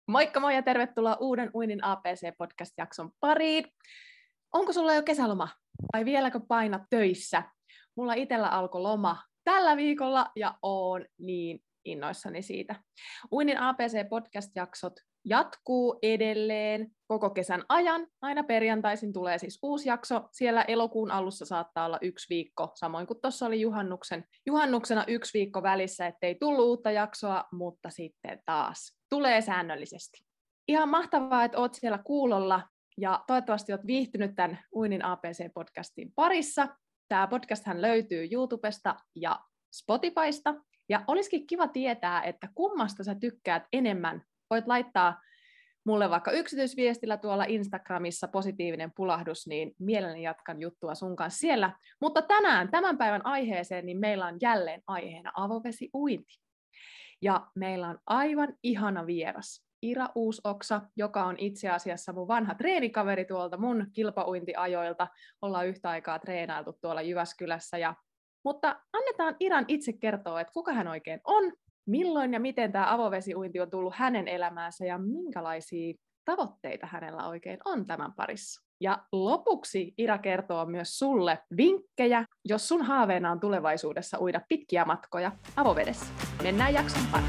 Moikka moi ja tervetuloa uuden Uinnin APC-podcast-jakson pariin. Onko sulla jo kesäloma vai vieläkö painat töissä? Mulla itsellä alkoi loma tällä viikolla ja oon niin innoissani siitä. Uinnin APC-podcast-jaksot jatkuu edelleen koko kesän ajan. Aina perjantaisin tulee siis uusi jakso. Siellä elokuun alussa saattaa olla 1 viikko, samoin kuin tuossa oli juhannuksena 1 viikko välissä, ettei tullut uutta jaksoa, mutta sitten taas tulee säännöllisesti. Ihan mahtavaa, että oot siellä kuulolla ja toivottavasti oot viihtynyt tämän Uinnin APC-podcastin parissa. Tämä podcasthan löytyy YouTubesta ja Spotifysta. Ja olisikin kiva tietää, että kummasta sä tykkäät enemmän. Voit laittaa mulle vaikka yksityisviestillä tuolla Instagramissa positiivinen pulahdus, niin mielelläni jatkan juttua sun kanssa siellä. Mutta tänään, tämän päivän aiheeseen, niin meillä on jälleen aiheena avovesiuinti. Ja meillä on aivan ihana vieras, Ira Uusoksa, joka on itse asiassa mun vanha treenikaveri tuolta mun kilpauintiajoilta. Ollaan yhtä aikaa treenailtu tuolla Jyväskylässä. Mutta annetaan Iran itse kertoa, että kuka hän oikein on, milloin ja miten tämä avovesiuinti on tullut hänen elämäänsä ja minkälaisia tavoitteita hänellä oikein on tämän parissa. Ja lopuksi Ira kertoo myös sulle vinkkejä, jos sun haaveena on tulevaisuudessa uida pitkiä matkoja avovedessä. Mennään jakson pariin.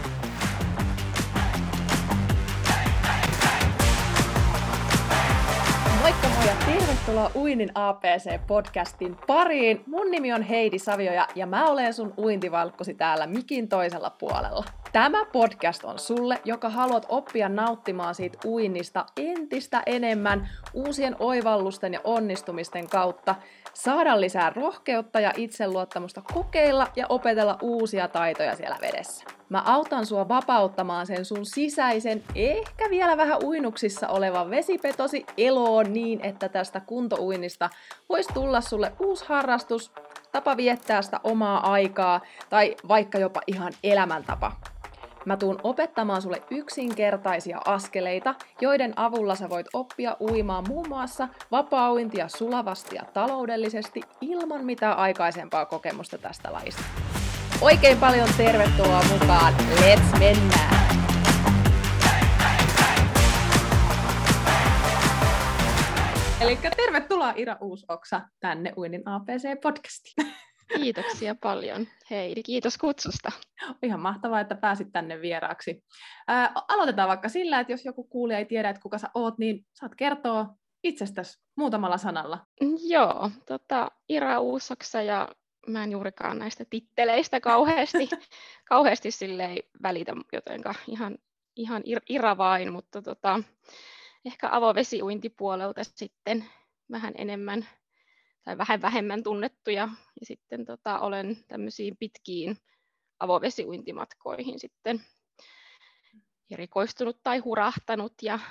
Moikka moi ja tervetuloa Uinnin APC-podcastin pariin. Mun nimi on Heidi Savioja ja mä olen sun uintivalkkosi täällä mikin toisella puolella. Tämä podcast on sulle, joka haluat oppia nauttimaan siitä uinnista entistä enemmän uusien oivallusten ja onnistumisten kautta, saada lisää rohkeutta ja itseluottamusta kokeilla ja opetella uusia taitoja siellä vedessä. Mä autan sua vapauttamaan sen sun sisäisen, ehkä vielä vähän uinuksissa olevan vesipetosi eloon niin, että tästä kuntouinnista voisi tulla sulle uusi harrastus, tapa viettää sitä omaa aikaa tai vaikka jopa ihan elämäntapa. Mä tuun opettamaan sulle yksinkertaisia askeleita, joiden avulla sä voit oppia uimaan muun muassa vapaa-uintia sulavasti ja taloudellisesti ilman mitään aikaisempaa kokemusta tästä lajista. Oikein paljon tervetuloa mukaan! Let's mennään! Elikkä tervetuloa Ira Uusoksa tänne Uinnin APC-podcastiin. Kiitoksia paljon, Heidi. Kiitos kutsusta. Ihan mahtavaa, että pääsit tänne vieraaksi. Aloitetaan vaikka sillä, että jos joku kuulija ei tiedä, että kuka sä oot, niin saat kertoa itsestäsi muutamalla sanalla. Joo, Ira Uusoksa ja mä en juurikaan näistä titteleistä kauheasti silleen välitä, jotenka ihan Ira vain, mutta ehkä avovesiuintipuolelta sitten vähän enemmän tai vähän vähemmän tunnettuja, ja sitten olen tämmöisiin pitkiin avovesiuintimatkoihin sitten erikoistunut tai hurahtanut,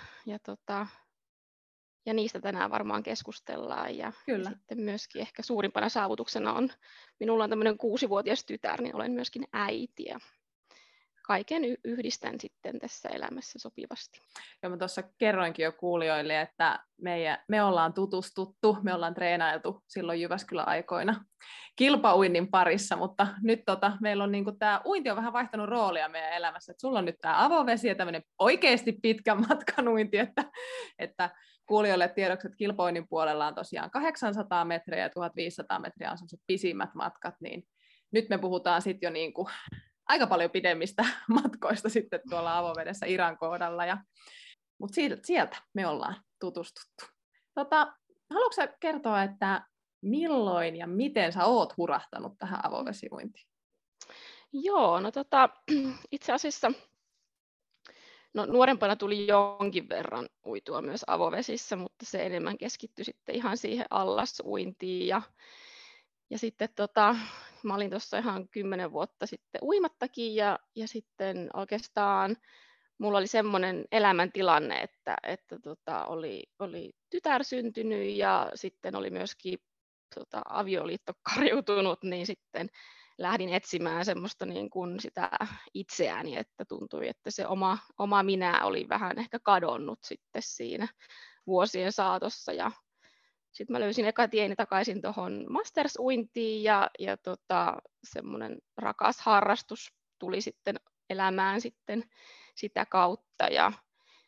ja niistä tänään varmaan keskustellaan, ja sitten myöskin ehkä suurimpana saavutuksena minulla on tämmöinen 6-vuotias tytär, niin olen myöskin äiti, ja kaiken yhdistän sitten tässä elämässä sopivasti. Ja mä tuossa kerroinkin jo kuulijoille, että me ollaan tutustuttu, me ollaan treenailtu silloin Jyväskylä-aikoina kilpauinnin parissa, mutta nyt meillä on niinku tämä uinti on vähän vaihtanut roolia meidän elämässä, että sulla on nyt tämä avovesi ja tämmöinen oikeasti pitkän matkan uinti, että kuulijoille tiedoksi, että kilpauinnin puolella on tosiaan 800 metriä ja 1500 metriä on sellaiset pisimmät matkat, niin nyt me puhutaan sitten jo niinku aika paljon pidemmistä matkoista sitten tuolla avovedessä Iran kohdalla. Mutta sieltä me ollaan tutustuttu. Haluatko sä kertoa, että milloin ja miten sä oot hurahtanut tähän avovesiuintiin? Joo, itse asiassa nuorempana tuli jonkin verran uitua myös avovesissä, mutta se enemmän keskittyi sitten ihan siihen allasuintiin. Ja sitten mä olin tuossa ihan 10 vuotta sitten uimattakin ja sitten oikeastaan mulla oli semmoinen elämäntilanne, että oli tytär syntynyt ja sitten oli myöskin avioliitto kariutunut, niin sitten lähdin etsimään semmoista niin kuin sitä itseäni, että tuntui, että se oma minä oli vähän ehkä kadonnut sitten siinä vuosien saatossa. Ja sitten mä löysin eka tieni takaisin tuohon masters-uintiin ja semmoinen rakas harrastus tuli sitten elämään sitten sitä kautta. Ja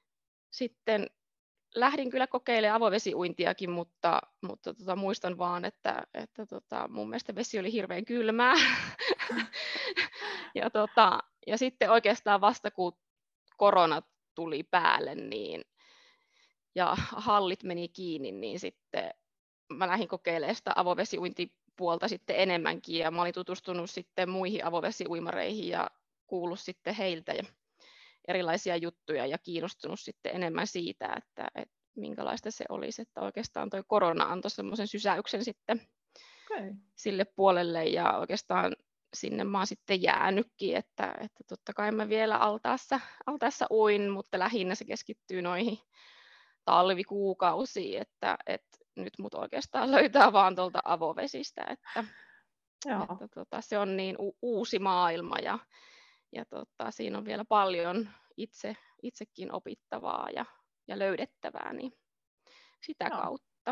sitten lähdin kyllä kokeilemaan avovesiuintiakin, mutta muistan vaan, että mun mielestä vesi oli hirveän kylmää. Ja sitten oikeastaan vasta kun korona tuli päälle ja hallit meni kiinni, niin sitten mä lähdin kokeilemaan sitä avovesiuintipuolta sitten enemmänkin, ja mä olin tutustunut sitten muihin avovesiuimareihin ja kuullut sitten heiltä erilaisia juttuja ja kiinnostunut sitten enemmän siitä, että minkälaista se olisi, että oikeastaan toi korona antoi semmoisen sysäyksen sitten sille puolelle, ja oikeastaan sinne mä oon sitten jäänytkin, että totta kai mä vielä altaassa uin, mutta lähinnä se keskittyy noihin talvikuukausiin, että nyt mut oikeastaan löytää vaan tuolta avovesistä, että se on niin uusi maailma, ja siinä on vielä paljon itsekin opittavaa ja löydettävää, niin sitä kautta.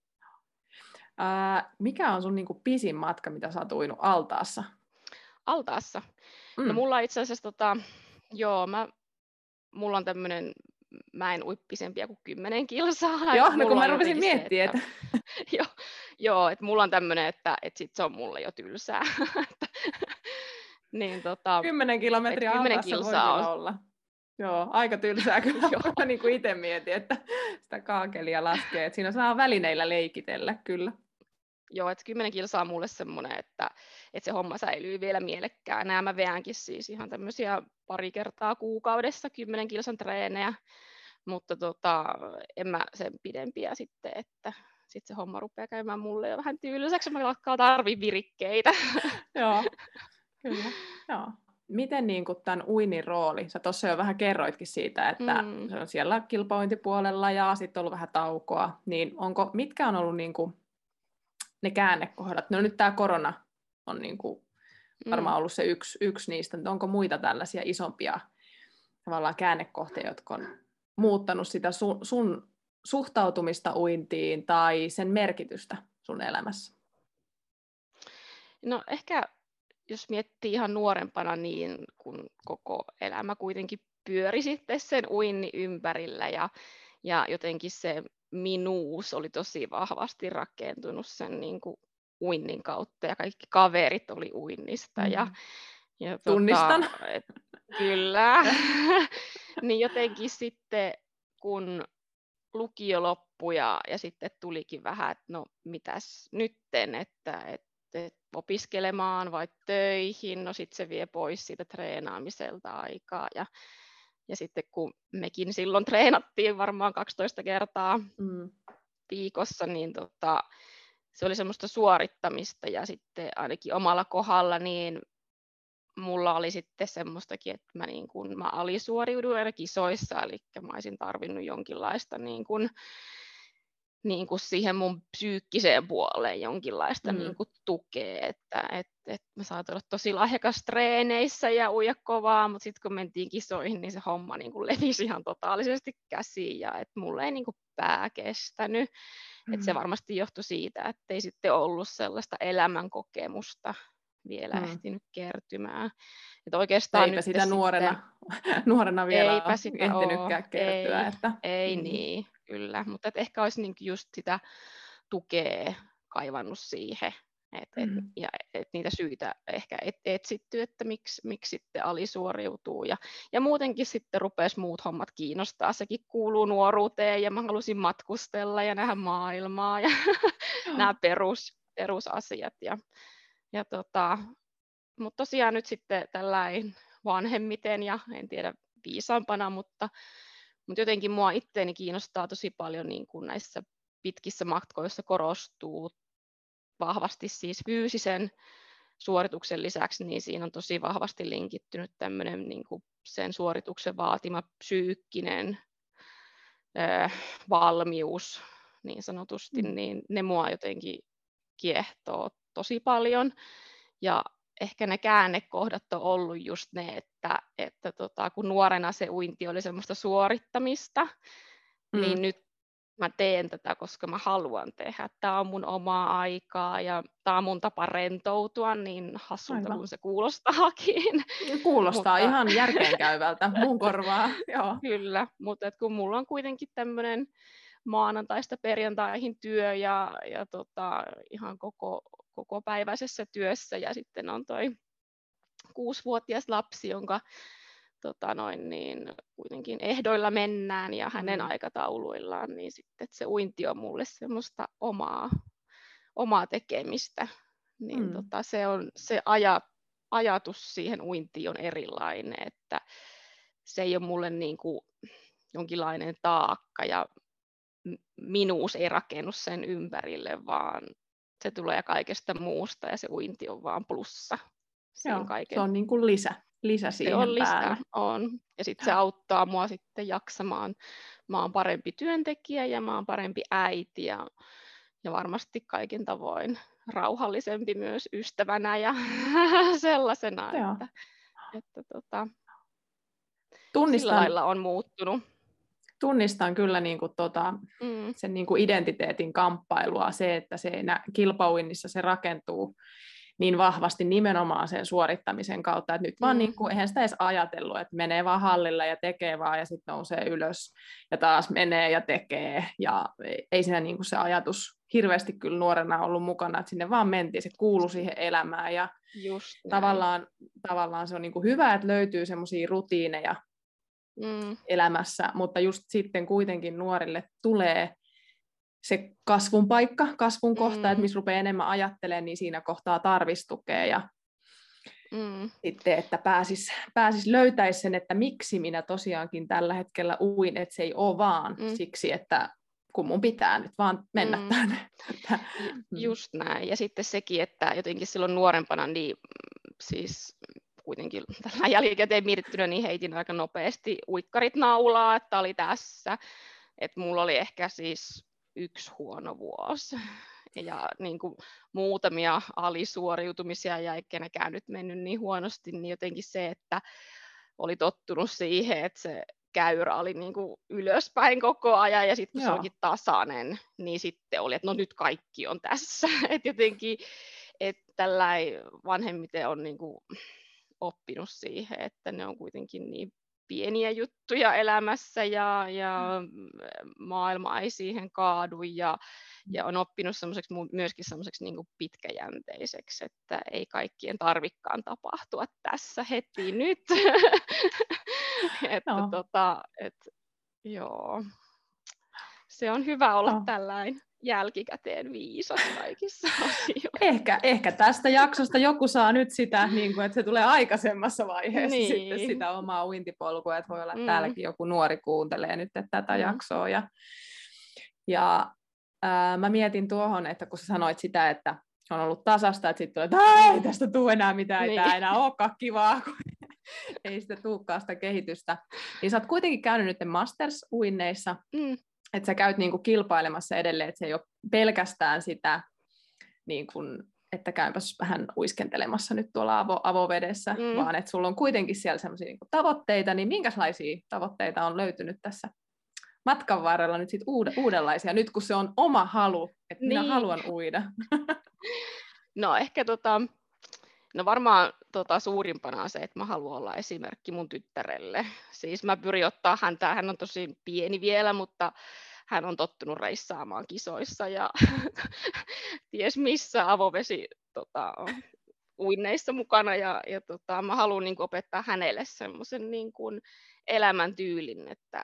Mikä on sun niinku pisin matka, mitä sä oot uinut altaassa? Altaassa? No mulla itse asiassa, mulla on tämmöinen, mä en ui pisempiä kuin 10 kilsaa. Joo, no kun mä rupesin miettimään, että... Joo, että mulla on tämmöinen, että sit se on mulle jo tylsää. Niin, 10 kilometriä 10 altaassa kilsaa voi olla. Joo, aika tylsää kyllä. Mä niin kuin itse mietin, että sitä kaakelia laskee. Että siinä saa välineillä leikitellä kyllä. Joo, että 10 kilsaa on mulle semmoinen, että se homma säilyy vielä mielekkäänä. Mä veänkin siis ihan tämmöisiä pari kertaa kuukaudessa 10 kilsan treenejä, mutta en mä sen pidempiä sitten, että sitten se homma rupeaa käymään mulle jo vähän tylsäksi, mä tarvitsen virikkeitä. Joo, kyllä. Joo. Miten niin kuin tämän uinnin rooli, sä tuossa jo vähän kerroitkin siitä, että se on siellä kilpaointipuolella ja sitten on ollut vähän taukoa, niin mitkä on ollut niin kuin ne käännekohdat? No nyt tämä korona on niin kuin varmaan ollut se yksi niistä, mutta onko muita tällaisia isompia tavallaan käännekohtia, jotka on muuttanut sitä sun suhtautumista uintiin tai sen merkitystä sun elämässä? No ehkä jos miettii ihan nuorempana, niin kun koko elämä kuitenkin pyöri sitten sen uinnin ympärillä ja jotenkin se minuus oli tosi vahvasti rakentunut sen niin kuin uinnin kautta ja kaikki kaverit oli uinnista. Ja tunnistan. Kyllä. Niin jotenkin sitten kun lukio loppui ja sitten tulikin vähän, että no mitäs nytten, että opiskelemaan vai töihin, no sitten se vie pois siitä treenaamiselta aikaa ja sitten kun mekin silloin treenattiin varmaan 12 kertaa viikossa, niin se oli semmoista suorittamista ja sitten ainakin omalla kohdalla niin mulla oli sitten semmoistakin, että mä alisuoriuduin aina kisoissa, eli mä olisin tarvinnut jonkinlaista niin kuin siihen mun psyykkiseen puoleen jonkinlaista niin kuin tukea, että mä saatoin olla tosi lahjakas treeneissä ja uida kovaa, mutta sitten kun mentiin kisoihin, niin se homma niin kuin levisi ihan totaalisesti käsiin ja että mulla ei niin kuin pää kestänyt. Että se varmasti johtui siitä, että ei sitten ollut sellaista elämänkokemusta vielä ehtinyt kertymään. Että oikeastaan eipä sitä nuorena vielä ehtinytkään kertyä. Ei niin, kyllä. Mutta ehkä olisi niin just sitä tukea kaivannut siihen. Ja niitä syitä ehkä etsitty, että miksi sitten alisuoriutuu. Ja muutenkin sitten rupesi muut hommat kiinnostaa. Sekin kuuluu nuoruuteen ja mä halusin matkustella ja nähdä maailmaa ja nämä perusasiat. Mutta tosiaan nyt sitten tällainen vanhemmiten ja en tiedä viisaampana, mutta jotenkin mua itteeni kiinnostaa tosi paljon niin kuin näissä pitkissä matkoissa korostuu vahvasti siis fyysisen suorituksen lisäksi, niin siinä on tosi vahvasti linkittynyt tämmöinen niin kuin sen suorituksen vaatima psyykkinen valmius niin sanotusti, niin ne mua jotenkin kiehtoo tosi paljon. Ja ehkä ne käännekohdat on ollut just ne, että kun nuorena se uinti oli semmoista suorittamista, niin nyt mä teen tätä, koska mä haluan tehdä. Tämä on mun omaa aikaa ja tämä on mun tapa rentoutua, niin hassulta Aivan. kuin se kuulostaakin. Kuulostaa Mutta ihan järkeenkäyvältä mun korvaa. Joo. kyllä, mutta kun mulla on kuitenkin tämmöinen maanantaista perjantaihin työ ja ihan koko päiväisessä työssä ja sitten on toi 6-vuotias lapsi, jonka kuitenkin ehdoilla mennään ja hänen aikatauluillaan, niin sitten se uinti on mulle semmoista omaa tekemistä. Niin se ajatus siihen uintiin on erilainen, että se ei ole mulle niin kuin jonkinlainen taakka ja minuus ei rakennu sen ympärille, vaan se tulee kaikesta muusta ja se uinti on vaan plussa. Joo, se on niin kuin lisä siihen on päälle. On. Ja sitten se auttaa mua sitten jaksamaan. Mä oon parempi työntekijä ja mä oon parempi äiti ja varmasti kaikin tavoin rauhallisempi myös ystävänä ja sellaisena, että sillä lailla on muuttunut. Tunnistan kyllä niin kuin sen niin kuin identiteetin kamppailua, se, että se kilpauinnissa se rakentuu niin vahvasti nimenomaan sen suorittamisen kautta, että nyt vaan niin kuin, eihän sitä edes ajatellut, että menee vaan hallilla ja tekee vaan ja sitten nousee ylös ja taas menee ja tekee ja ei siinä niin kuin se ajatus hirveästi kyllä nuorena ollut mukana, että sinne vaan mentiin, se kuului siihen elämään ja tavallaan se on niin kuin hyvä, että löytyy semmoisia rutiineja elämässä, mutta just sitten kuitenkin nuorille tulee se kasvun paikka, kasvun kohta, että missä rupeaa enemmän ajattelemaan, niin siinä kohtaa tarvitsisi tukea ja sitten, että pääsis löytäisi sen, että miksi minä tosiaankin tällä hetkellä uin, että se ei ole vaan siksi, että kun mun pitää nyt vaan mennä tänne. Just näin. Ja sitten sekin, että jotenkin silloin nuorempana, niin siis kuitenkin tällä jälkikäteen mietittynä, niin heitin aika nopeasti uikkarit naulaa, että oli tässä. Että mulla oli ehkä siis 1 huono vuosi. Ja niin kuin muutamia alisuoriutumisia ja eikä nekään nyt mennyt niin huonosti, niin jotenkin se, että oli tottunut siihen, että se käyrä oli niin kuin ylöspäin koko ajan ja sitten kun se olikin tasainen, niin sitten oli, että no nyt kaikki on tässä. Että jotenkin, että tällainen vanhemmiten on niin kuin oppinut siihen, että ne on kuitenkin niin pieniä juttuja elämässä ja maailma ei siihen kaadu ja on oppinut myöskin semmoiseksi niin kuin pitkäjänteiseksi, että ei kaikkien tarvikaan tapahtua tässä heti nyt. Se on hyvä olla tällainen jälkikäteen viisas kaikissa asioissa. Ehkä tästä jaksosta joku saa nyt sitä, niin kuin, että se tulee aikaisemmassa vaiheessa sitten sitä omaa uintipolkua, että voi olla, että täälläkin joku nuori kuuntelee nyt tätä jaksoa. Ja mä mietin tuohon, että kun sä sanoit sitä, että on ollut tasasta, että sitten tulee, että ei tästä tule enää mitään, ei tämä enää olekaan kivaa, kun ei sitä tulekaan sitä kehitystä. Niin sä oot kuitenkin käynyt nyt Masters-uinneissa, että sä käyt niinku kilpailemassa edelleen, että se ei ole pelkästään sitä, niin kun, että käypäs vähän uiskentelemassa nyt tuolla avovedessä, vaan että sulla on kuitenkin siellä sellaisia niinku tavoitteita, niin minkälaisia tavoitteita on löytynyt tässä matkan varrella nyt sit uudenlaisia, nyt kun se on oma halu, että minä haluan uida? No ehkä no varmaan suurimpana on se, että mä haluan olla esimerkki mun tyttärelle. Siis mä pyrin ottaa häntä, hän on tosi pieni vielä, mutta hän on tottunut reissaamaan kisoissa ja ties missä avovesi uinneissa mukana ja mä haluan niin kuin opettaa hänelle semmoisen niin kuin elämäntyylin, että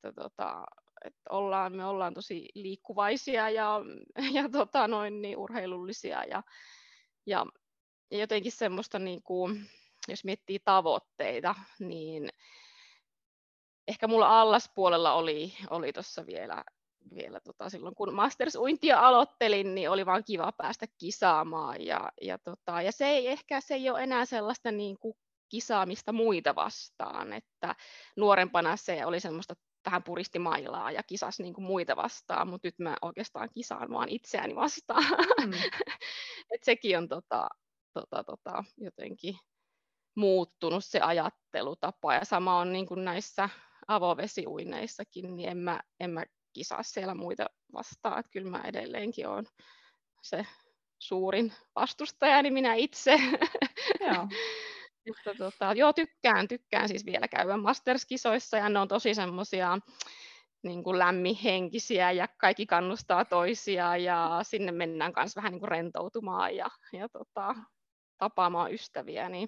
me ollaan tosi liikkuvaisia ja niin urheilullisia ja jotenkin semmoista, niin kuin, jos miettii tavoitteita, niin ehkä mulla allaspuolella oli tuossa vielä silloin, kun Masters-uintia aloittelin, niin oli vaan kiva päästä kisaamaan. Ja se ei ole enää sellaista niin kuin kisaamista muita vastaan, että nuorempana se oli semmoista vähän puristi mailaa ja kisasi niin kuin muita vastaan, mutta nyt mä oikeastaan kisaan vaan itseäni vastaan. Et sekin on jotenkin muuttunut se ajattelutapa ja sama on niin kuin näissä avovesiuinneissakin, niin en mä kisaa siellä muita vastaan, että kyllä mä edelleenkin olen se suurin vastustajani minä itse. Joo. Joo, tykkään siis vielä käydä Masters-kisoissa ja ne on tosi semmoisia niin kuin lämminhenkisiä ja kaikki kannustaa toisiaan ja sinne mennään kanssa vähän niin kuin rentoutumaan ja tapaamaan ystäviä, niin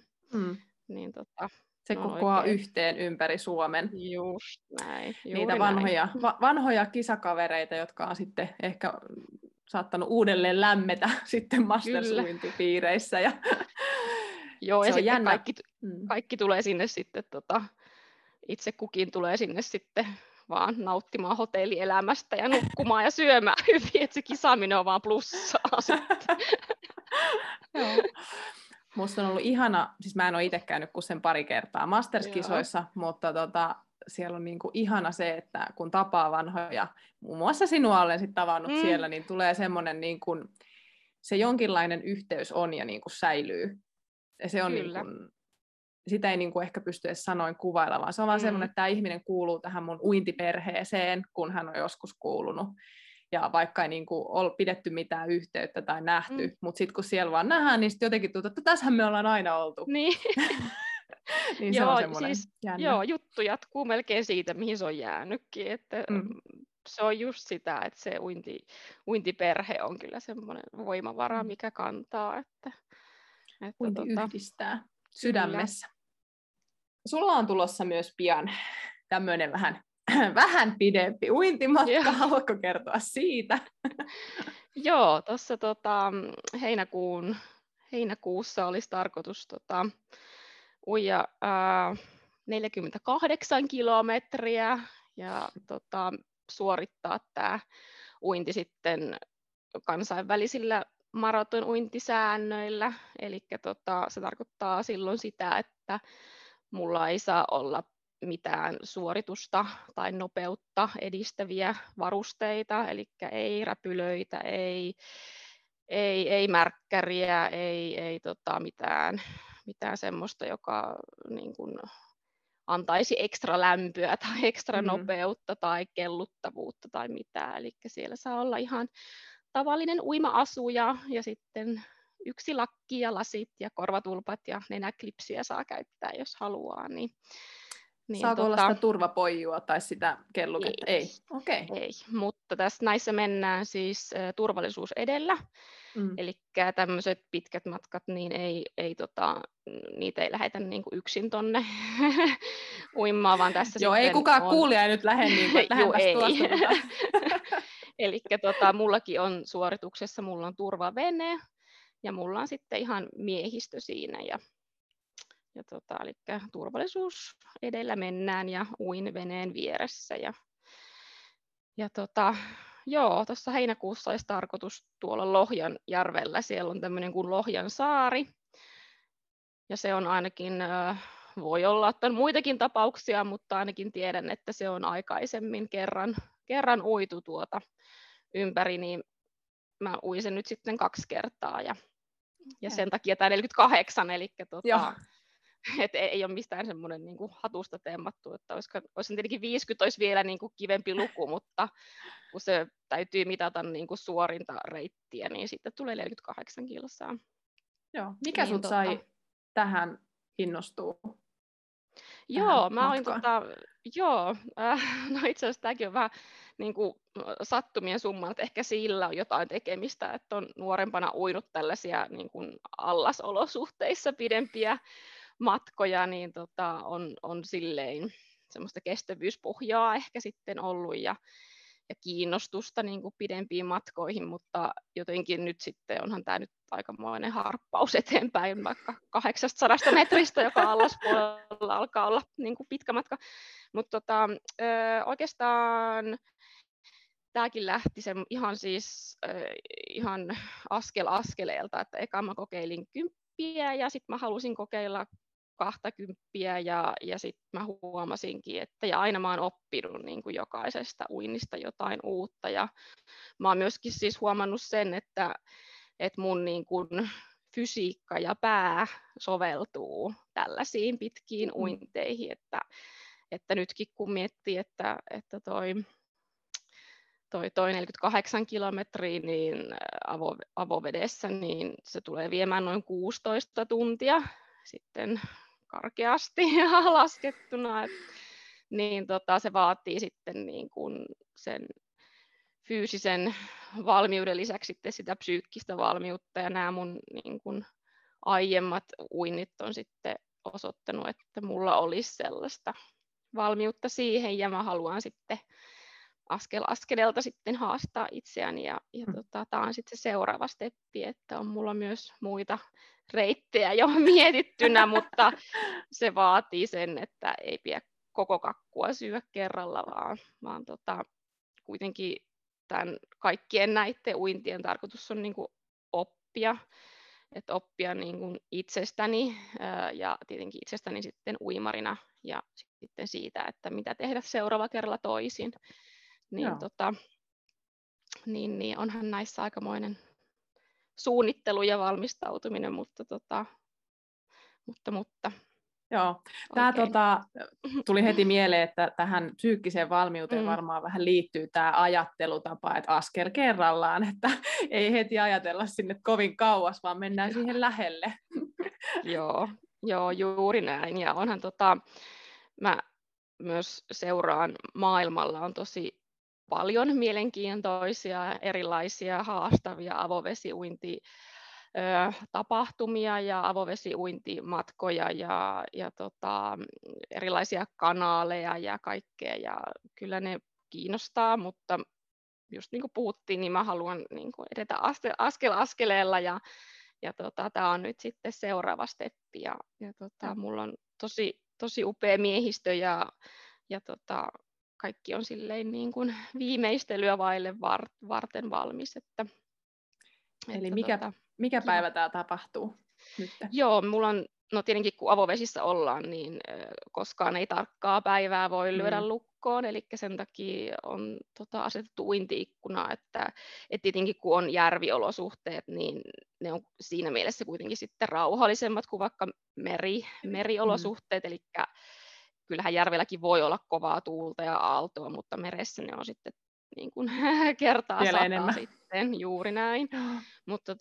se kokoaa oikein yhteen ympäri Suomen. Just näin, niitä vanhoja kisakavereita, jotka on sitten ehkä saattanut uudelleen lämmetä sitten Masters-uintipiireissä. Joo, se ja on sitten jännä. Kaikki tulee sinne sitten, itse kukin tulee sinne sitten vaan nauttimaan hotellielämästä ja nukkumaan ja syömään hyvin, että se kisaaminen on vaan plussaa sitten. Joo. Musta on ollut ihana, siis mä en ole itse käynyt kuin sen pari kertaa Masters-kisoissa, mutta siellä on niinku ihana se, että kun tapaa vanhoja, muun muassa sinua olen sitten tavannut siellä, niin tulee semmoinen, niinku, se jonkinlainen yhteys on ja niinku säilyy. Ja se on niinku, sitä ei niinku ehkä pysty edes sanoin kuvailla, vaan se on vaan semmoinen, että tämä ihminen kuuluu tähän mun uintiperheeseen, kun hän on joskus kuulunut. Ja vaikka ei niinku ole pidetty mitään yhteyttä tai nähty, mutta sitten kun siellä vaan nähdään, niin sitten jotenkin tuntuu, että tässähän me ollaan aina oltu. Niin. Niin se on semmoinen jännä. Joo, juttu jatkuu melkein siitä, mihin se on jäänytkin. Että se on just sitä, että se uintiperhe on kyllä semmoinen voimavara, mikä kantaa. Uinti yhdistää sydämessä. Sulla on tulossa myös pian tämmöinen vähän pidempi uintimatka. Haluatko kertoa siitä? Joo, tuossa heinäkuussa olisi tarkoitus uida 48 kilometriä ja suorittaa tämä uinti sitten kansainvälisillä maratonuintisäännöillä. Eli se tarkoittaa silloin sitä, että mulla ei saa olla mitään suoritusta tai nopeutta edistäviä varusteita, eli ei räpylöitä, ei märkkäriä, ei mitään semmoista, joka niin kuin antaisi ekstra lämpöä tai ekstra nopeutta tai kelluttavuutta tai mitään. Eli siellä saa olla ihan tavallinen uima-asu ja sitten yksi lakki ja lasit ja korvatulpat ja nenäklipsiä saa käyttää, jos haluaa. Saako olla sitä turvapoijua tai sitä kelluketta? Ei. Okay. Ei, mutta näissä mennään siis turvallisuus edellä. Eli tämmöiset pitkät matkat, niin niitä ei lähdetä niinku yksin tonne uimaan, vaan tässä Joo, ei kukaan kuulija nyt lähde niinku, että lähempäs tuosta. Eli mullakin on suorituksessa, mulla on turvavene ja mulla on sitten ihan miehistö siinä eli turvallisuus edellä mennään ja uin veneen vieressä joo, tuossa heinäkuussa olisi tarkoitus tuolla Lohjanjärvellä, siellä on tämmöinen kuin Lohjan saari ja se on ainakin, voi olla, että on muitakin tapauksia, mutta ainakin tiedän, että se on aikaisemmin kerran uitu ympäri, niin mä uin sen nyt sitten 2 kertaa ja sen takia tämä 48, eli että ei ole mistään semmoinen niin kuin hatusta temmattu, että olisi tietenkin 50 olisi vielä niin kuin kivempi luku, mutta kun se täytyy mitata niin kuin suorinta reittiä, niin sitten tulee 48 kilsaa. Joo. Mikä sut sai tähän innostua? Joo, mä olin no itse asiassa tämäkin on vähän niin kuin sattumien summa, että ehkä sillä on jotain tekemistä, että on nuorempana uinut tällaisia niin kuin allasolosuhteissa pidempiä matkoja, niin on silleen semmoista kestävyyspohjaa ehkä sitten ollut ja kiinnostusta niin kuin pidempiin matkoihin, mutta jotenkin nyt sitten onhan tämä nyt aikamoinen harppaus eteenpäin, vaikka 800 metristä, joka allaspuolella alkaa olla niin kuin pitkä matka, mutta oikeastaan tämäkin lähti ihan askel askeleelta, että eka mä kokeilin 10 ja sitten mä halusin kokeilla 20 ja sitten mä huomasinkin, että ja aina mä oon oppinut niin kuin jokaisesta uinnista jotain uutta ja mä oon myöskin siis huomannut sen, että mun niin kuin fysiikka ja pää soveltuu tällaisiin pitkiin uinteihin, että nytkin kun miettii, että toi 48 kilometriä niin avovedessä, niin se tulee viemään noin 16 tuntia sitten karkeasti laskettuna. Niin se vaatii sitten niin kuin sen fyysisen valmiuden lisäksi sitten sitä psyykkistä valmiutta, ja nämä mun niin kuin aiemmat uinnit on sitten osoittanut, että mulla olisi sellaista valmiutta siihen, ja mä haluan sitten askel askeleelta sitten haastaa itseäni, ja tämä on sitten se seuraava steppi, että on mulla myös muita reittejä jo mietittynä, mutta se vaatii sen, että ei pidä koko kakkua syödä kerralla, vaan kuitenkin tämän kaikkien näiden uintien tarkoitus on niin kuin oppia, että oppia niin kuin itsestäni ja tietenkin itsestäni sitten uimarina ja sitten siitä, että mitä tehdä seuraava kerralla toisin. Niin onhan näissä aikamoinen suunnittelu ja valmistautuminen, mutta Joo, tämä tuli heti mieleen, että tähän psyykkiseen valmiuteen varmaan vähän liittyy tämä ajattelutapa, että askel kerrallaan, että ei heti ajatella sinne kovin kauas, vaan mennään siihen lähelle. Joo, juuri näin. Ja onhan mä myös seuraan maailmalla on tosi paljon mielenkiintoisia, erilaisia haastavia avovesiuinti tapahtumia ja avovesiuintimatkoja ja erilaisia kanaaleja ja kaikkea, ja kyllä ne kiinnostaa, mutta just niin kuin puhuttiin, niin mä haluan niin kuin edetä askel askeleella, ja tämä on nyt sitten seuraava steppi, ja mulla on tosi upea miehistö, ja kaikki on silleen niin kuin viimeistelyä vaille varten valmis, Eli mikä päivä tämä tapahtuu nyt? Joo, mulla on, no tietenkin kun avovesissä ollaan, niin koskaan ei tarkkaa päivää voi lyödä lukkoon, eli sen takia on asetettu uinti-ikkuna, että tietenkin kun on järviolosuhteet, niin ne on siinä mielessä kuitenkin sitten rauhallisemmat kuin vaikka meriolosuhteet, eli kyllähän järvelläkin voi olla kovaa tuulta ja aaltoa, mutta meressä ne on sitten niin kuin kertaa 100 sitten, juuri näin. Mutta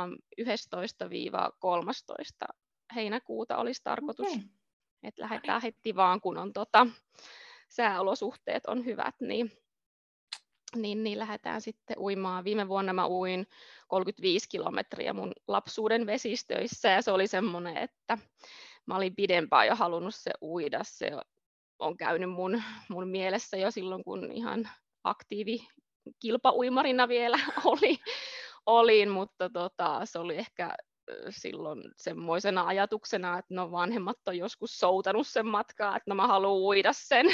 11-13 heinäkuuta olisi tarkoitus, että lähdetään heti vaan, kun on sääolosuhteet on hyvät, niin lähdetään sitten uimaan. Viime vuonna mä uin 35 kilometriä mun lapsuuden vesistöissä, ja se oli semmoinen, että mä olin pidempään jo halunnut se uida. Se on käynyt mun mielessä jo silloin, kun ihan kilpauimarina vielä olin, mutta se oli ehkä silloin semmoisena ajatuksena, että no vanhemmat on joskus soutanut sen matkaa, että no mä haluan uida sen.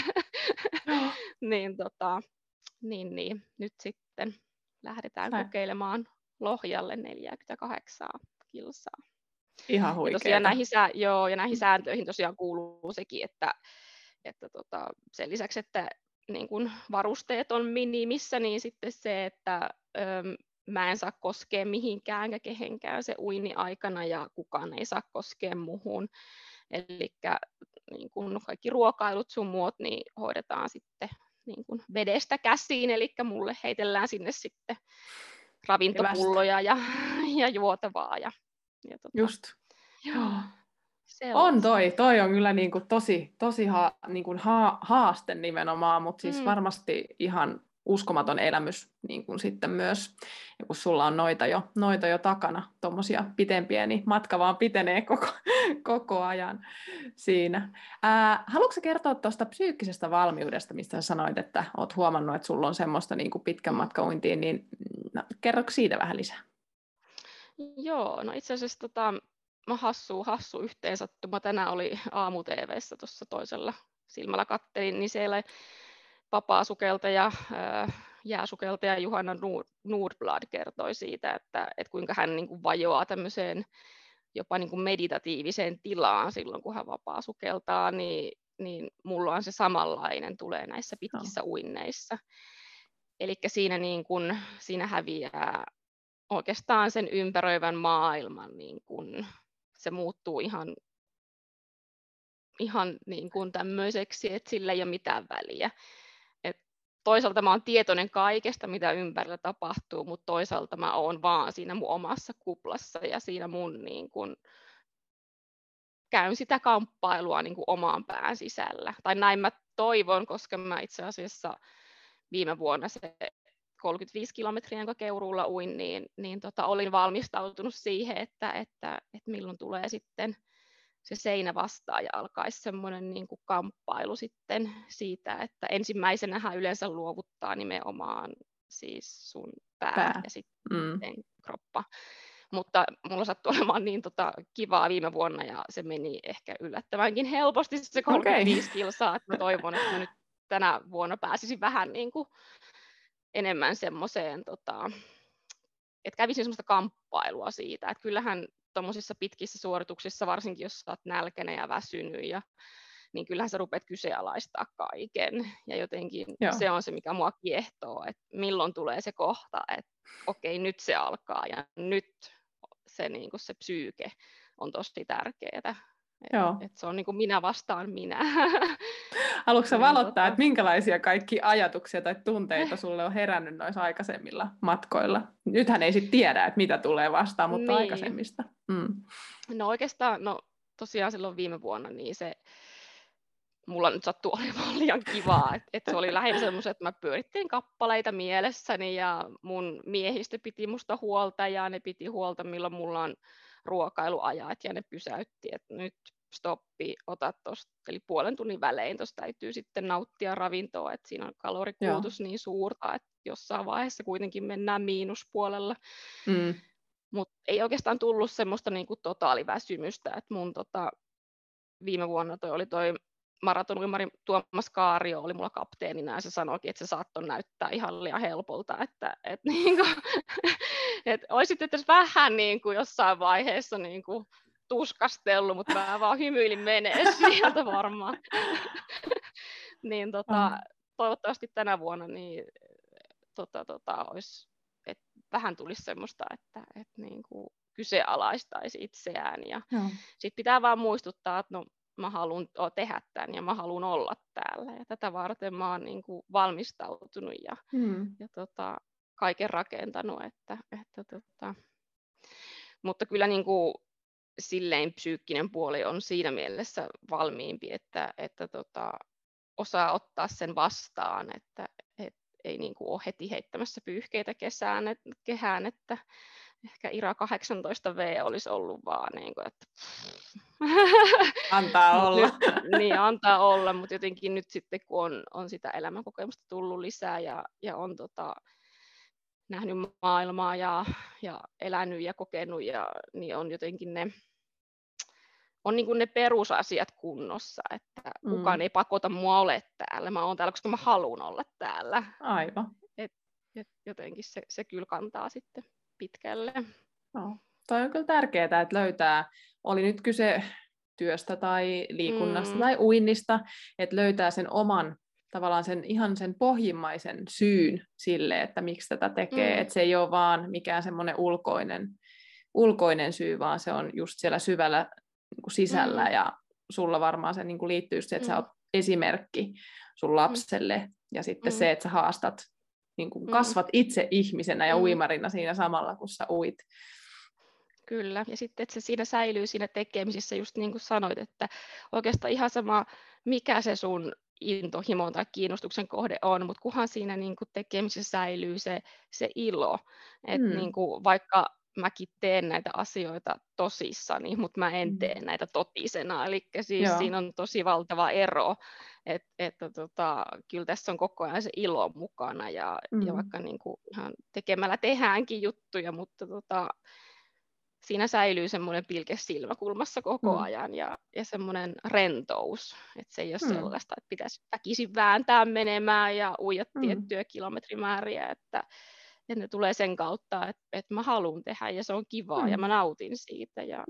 niin, nyt sitten lähdetään kokeilemaan Lohjalle 48 kilsaa. Ihan huikeeta. Ja näihin sääntöihin tosiaan kuuluu sekin, että sen lisäksi, että niin kun varusteet on minimissä, niin sitten se, että mä en saa koskea mihinkään enkä kehenkään se uinnin aikana, ja kukaan ei saa koskea muuhun. Eli niin kun kaikki ruokailut sun muut niin hoidetaan sitten niin kun vedestä käsiin, eli mulle heitellään sinne sitten ravintopulloja ja juotavaa. Just. On toi on kyllä niin kuin tosi haaste nimenomaan, mutta siis varmasti ihan uskomaton elämys niin kuin sitten myös, ja kun sulla on noita jo takana, tuommoisia pitempiä, niin matka vaan pitenee koko ajan siinä. Haluatko kertoa tuosta psyykkisestä valmiudesta, mistä sä sanoit, että olet huomannut, että sulla on semmoista niin kuin pitkän matkauintia, niin kerrotko siitä vähän lisää? Joo, no itse asiassa hassu yhteensattuma. Tänään oli aamu-tv:ssä tuossa toisella silmällä kattelin, niin siellä vapaasukeltaja, jääsukeltaja Johanna Nordblad kertoi siitä, että kuinka hän niin kuin vajoaa tämmöiseen jopa niin kuin meditatiiviseen tilaan silloin, kun hän vapaasukeltaa, niin mulla on se samanlainen, tulee näissä pitkissä uinneissa. Eli siinä häviää oikeastaan sen ympäröivän maailman, niin kun se muuttuu ihan niin kuin tämmöiseksi, että sillä ei ole mitään väliä. toisaalta mä oon tietoinen kaikesta, mitä ympärillä tapahtuu, mutta toisaalta mä oon vaan siinä mun omassa kuplassa ja siinä mun niin kun, käyn sitä kamppailua niin kuin omaan pään sisällä. Tai näin mä toivon, koska mä itse asiassa viime vuonna se 35 kilometriä, jonka Keuruulla uin, niin olin valmistautunut siihen, että milloin tulee sitten se seinä vastaan ja alkaisi semmoinen niin kuin kamppailu sitten siitä, että ensimmäisenähän yleensä luovuttaa nimenomaan siis sun pää. Ja sitten kroppa. Mutta mulla sattui olemaan niin kivaa viime vuonna ja se meni ehkä yllättävänkin helposti se 35 kilsaa, että mä toivon, että mä nyt tänä vuonna pääsisin vähän niin kuin enemmän semmoiseen, että kävisin semmoista kamppailua siitä, että kyllähän tuommoisissa pitkissä suorituksissa, varsinkin jos sä oot nälkäinen ja väsynyt, niin kyllähän sä rupeat kyseenalaistaa kaiken. Ja jotenkin se on se, mikä mua kiehtoo, että milloin tulee se kohta, että okei, nyt se alkaa ja nyt se, niin kuin se psyyke on tosi tärkeää. Että se on niin kuin minä vastaan minä. Haluatko sä valottaa, että minkälaisia kaikki ajatuksia tai tunteita sulle on herännyt noissa aikaisemmilla matkoilla? Nythän ei sitten tiedä, että mitä tulee vastaan, mutta aikaisemmista. No oikeastaan, tosiaan silloin viime vuonna, niin se mulla nyt sattuu olemaan liian kivaa, että se oli lähinnä semmoinen, että mä pyörittelin kappaleita mielessäni ja mun miehistö piti musta huolta ja ne piti huolta, milloin mulla on ruokailuajat ja ne pysäytti, että nyt stoppi, ota tuosta, eli puolen tunnin välein tuosta täytyy sitten nauttia ravintoa, että siinä on kalorikulutus niin suurta, että jossain vaiheessa kuitenkin mennään miinuspuolella. Mutta ei oikeastaan tullut semmoista niinku totaaliväsymystä, että mun viime vuonna oli toi maratonuimari Tuomas Kaario oli mulla kapteenina ja se sanoikin, että se saattoi näyttää ihan liian helpolta, että niinku, et olisit edes vähän niinku jossain vaiheessa niinku tuskastellut, mutta mä vaan hymyilin menee sieltä varmaan. Niin toivottavasti tänä vuonna niin olisi, että vähän tulisi semmoista, että niinku kyseenalaistaisi itseään ja sitten pitää vaan muistuttaa, että mä haluan tehdä tämän ja mä haluan olla täällä ja tätä varten mä oon niinku valmistautunut ja kaiken rakentanut, mutta kyllä niinku silleen psyykkinen puoli on siinä mielessä valmiimpi, että osaa ottaa sen vastaan, että ei niinku ole heti heittämässä pyyhkeitä kehään, että ehkä IRA 18V olisi ollut vaan niin kuin, että antaa olla. Niin, antaa olla, mutta jotenkin nyt sitten kun on sitä elämänkokemusta tullut lisää ja on nähnyt maailmaa ja elänyt ja kokenut, niin on jotenkin niin kuin ne perusasiat kunnossa, että kukaan ei pakota mua ole täällä. Mä oon täällä, koska mä haluan olla täällä. Aivan. Et jotenkin se kyllä kantaa sitten pitkälle. No, toi on kyllä tärkeää, että löytää, oli nyt kyse työstä tai liikunnasta tai uinnista, että löytää sen oman, tavallaan ihan sen pohjimmaisen syyn sille, että miksi tätä tekee. Että se ei ole vaan mikään semmoinen ulkoinen syy, vaan se on just siellä syvällä niin kuin sisällä ja sulla varmaan se niin kuin liittyy just se, että sä oot esimerkki sun lapselle ja sitten se, että sä haastat, niin kuin kasvat itse ihmisenä ja uimarina siinä samalla, kun sä uit. Kyllä, ja sitten, että se siinä säilyy siinä tekemisessä, just niin kuin sanoit, että oikeastaan ihan sama, mikä se sun intohimo tai kiinnostuksen kohde on, mutta kunhan siinä niin kuin tekemisessä säilyy se ilo, että niin kuin vaikka mäkin teen näitä asioita tosissani, mutta mä en tee näitä totisena, eli siis siinä on tosi valtava ero, että kyllä tässä on koko ajan se ilo mukana, ja vaikka niin kuin ihan tekemällä tehdäänkin juttuja, mutta siinä säilyy semmoinen pilke silmäkulmassa koko ajan ja semmoinen rentous, että se ei ole sellaista, että pitäisi väkisin vääntää menemään ja uida tiettyjä kilometrimääriä, että ne tulee sen kautta, että mä haluan tehdä ja se on kivaa ja mä nautin siitä ja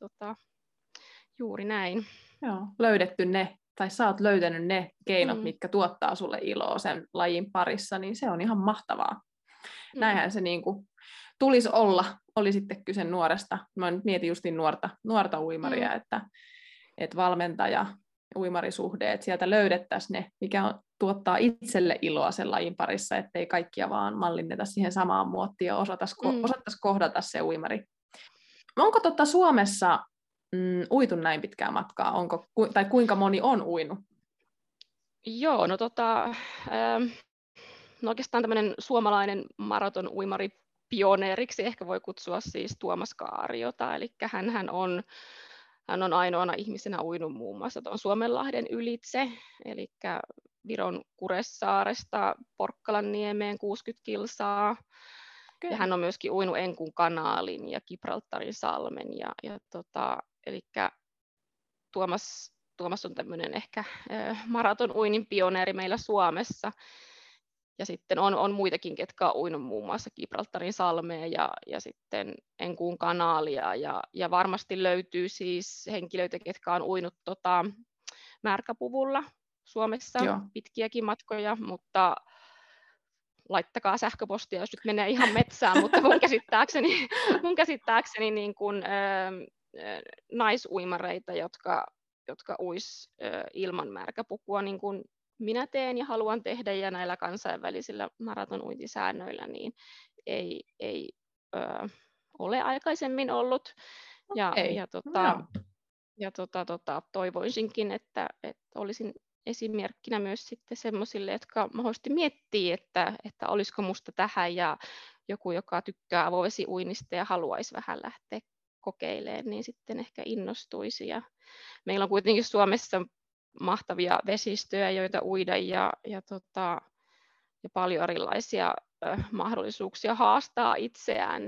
juuri näin. Joo, löydetty ne, tai sä oot löytänyt ne keinot, mitkä tuottaa sulle iloa sen lajin parissa, niin se on ihan mahtavaa. Näinhän se niin kuin tulisi olla, oli sitten kyse nuoresta. Mä nyt mietin justiin nuorta uimaria, että valmentaja uimarisuhde, että sieltä löydettäisiin ne, mikä tuottaa itselle iloa sen lajin parissa, ettei kaikkia vaan mallinneta siihen samaan muottiin ja osattaisi kohdata se uimari. Onko Suomessa uitu näin pitkää matkaa? Tai kuinka moni on uinut? Joo, no no oikeastaan tämmöinen suomalainen maraton uimari pioneeriksi ehkä voi kutsua siis Tuomas Kaariota, eli hän on ainoana ihmisenä uinut muun muassa tuon Suomenlahden ylitse, eli Viron Kuressaaresta Porkkalanniemeen 60 kilsaa. Okay. Ja hän on myöskin uinut Enkun kanaalin ja Gibraltarin salmen. Eli Tuomas on tämmöinen ehkä maraton uinnin pioneeri meillä Suomessa. Ja sitten on muitakin, ketkä on uinut muun muassa Gibraltarin salmeen ja sitten Enkuun kanaalia. Ja varmasti löytyy siis henkilöitä, ketkä on uinut märkäpuvulla Suomessa. Joo. Pitkiäkin matkoja, mutta laittakaa sähköpostia, jos nyt menee ihan metsään, mutta mun käsittääkseni niin kuin, naisuimareita, jotka uis ilman märkäpukua, niin kuin minä teen ja haluan tehdä, ja näillä kansainvälisillä maratonuintisäännöillä niin ei ole aikaisemmin ollut. Toivoisinkin, että olisin esimerkkinä myös sitten semmoisille, jotka mahdollisesti miettii, että olisiko musta tähän, ja joku, joka tykkää avovesiuinnista ja haluaisi vähän lähteä kokeilemaan, niin sitten ehkä innostuisi. Ja meillä on kuitenkin Suomessa mahtavia vesistöjä, joita uida ja paljon erilaisia mahdollisuuksia haastaa itseään,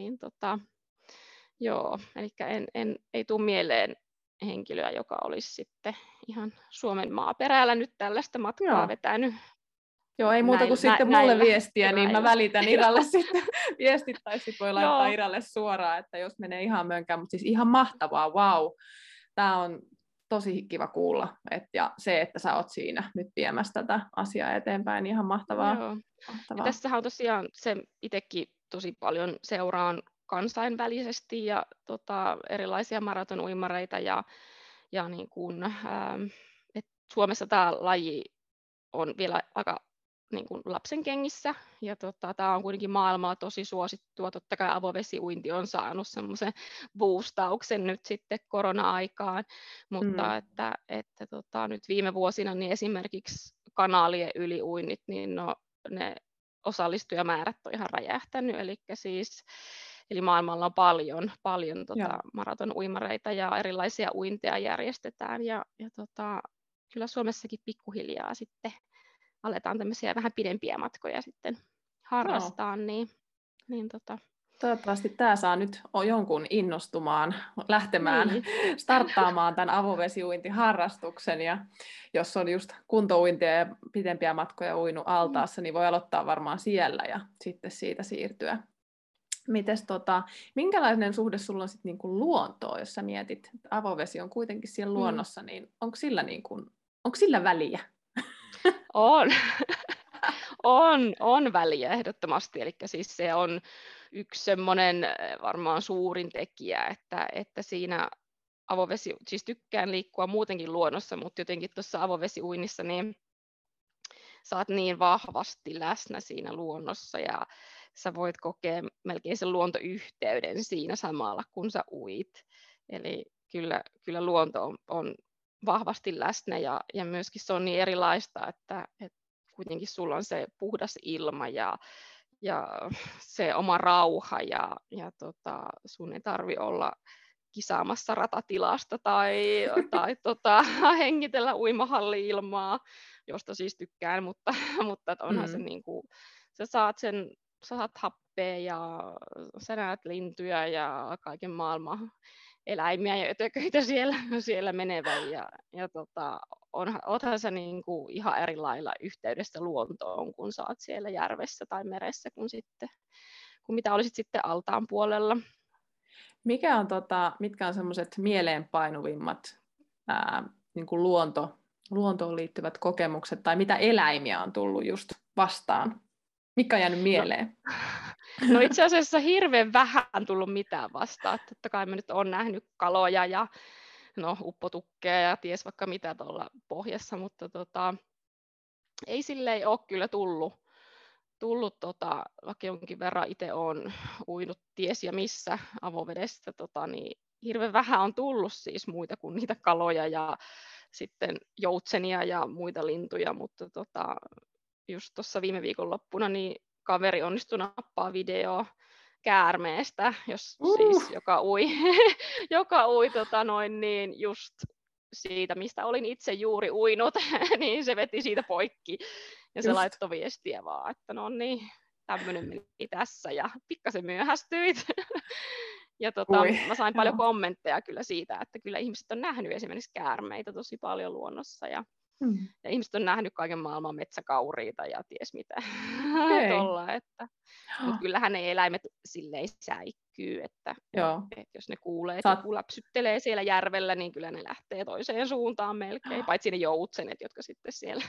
joo, eli ei tule mieleen henkilöä, joka olisi sitten ihan Suomen maaperällä nyt tällaista matkaa vetänyt. Joo, ei muuta kuin sitten mulle viestiä, niin mä välitän Iralle sitten viestit, tai sitten voi laittaa Iralle suoraan, että jos menee ihan mönkään, mutta siis ihan mahtavaa, vau. Tämä on tosi kiva kuulla, ja se, että sä oot siinä nyt viemässä tätä asiaa eteenpäin, ihan mahtavaa. Joo. Ja tässähän on tosiaan se itsekin tosi paljon seuraan kansainvälisesti ja erilaisia maratonuimareita ja niin kuin, Suomessa tämä laji on vielä aika niin kuin lapsen kengissä ja tämä on kuitenkin maailmalla tosi suosittua. Totta kai avovesiuinti on saanut semmoisen boostauksen nyt sitten korona-aikaan, mutta että nyt viime vuosina niin esimerkiksi kanaalien yliuinnit, niin ne osallistujamäärät on ihan räjähtänyt, eli maailmalla on paljon maratonuimareita ja erilaisia uinteja järjestetään ja kyllä Suomessakin pikkuhiljaa sitten aletaan tämmöisiä vähän pidempiä matkoja sitten harrastaa, Toivottavasti tämä saa nyt jonkun innostumaan, lähtemään, starttaamaan tämän avovesiuintiharrastuksen, ja jos on just kuntouintia ja pidempiä matkoja uinut altaassa, niin voi aloittaa varmaan siellä ja sitten siitä siirtyä. Mites minkälainen suhde sulla on sitten niinku luontoon, jos sä mietit, että avovesi on kuitenkin siellä luonnossa, niin onko sillä väliä? On väliä ehdottomasti, eli siis se on yksi semmoinen varmaan suurin tekijä, että siinä avovesi, siis tykkään liikkua muutenkin luonnossa, mutta jotenkin tuossa avovesiuinnissa niin sä oot niin vahvasti läsnä siinä luonnossa ja sä voit kokea melkein sen luontoyhteyden siinä samalla, kun sä uit. Eli kyllä luonto on vahvasti läsnä ja myöskin se on niin erilaista, että kuitenkin sulla on se puhdas ilma ja se oma rauha ja sun ei tarvitse olla kisaamassa ratatilasta tai hengitellä uimahalli-ilmaa, josta siis tykkään, mutta onhan se niin kuin, sä saat happea ja sä näet lintuja ja kaiken maailman eläimiä ja ötököitä siellä menevän ja oothan sä niin kuin ihan eri lailla yhteydessä luontoon, kun sä oot siellä järvessä tai meressä, kun mitä olisit sitten altaan puolella. Mitkä on semmoiset mieleenpainuvimmat niin kuin luontoon liittyvät kokemukset, tai mitä eläimiä on tullut just vastaan? Mikä on jäänyt mieleen? No itse asiassa hirveän vähän tullut mitään vastaan. Totta kai mä nyt olen nähnyt kaloja ja uppotukkeja ja ties vaikka mitä tuolla pohjassa, mutta ei silleen ole kyllä tullut vaikka jonkin verran itse olen uinut ties ja missä avovedestä, niin hirveän vähän on tullut siis muita kuin niitä kaloja ja sitten joutsenia ja muita lintuja, mutta just tuossa viime viikonloppuna niin kaveri onnistui nappaa video käärmeestä, siis joka ui niin just siitä, mistä olin itse juuri uinut, niin se veti siitä poikki ja se laittoi viestiä vaan, että no niin, tämmöinen meni tässä ja pikkasen myöhästyit. Ja mä sain paljon kommentteja kyllä siitä, että kyllä ihmiset on nähnyt esimerkiksi käärmeitä tosi paljon luonnossa ja ihmiset on nähnyt kaiken maailman metsäkauriita ja ties mitä. Mutta kyllähän ne eläimet silleen säikkyy, että jos ne kuulee, että joku läpsyttelee siellä järvellä, niin kyllä ne lähtee toiseen suuntaan melkein, paitsi ne joutsenet, jotka sitten siellä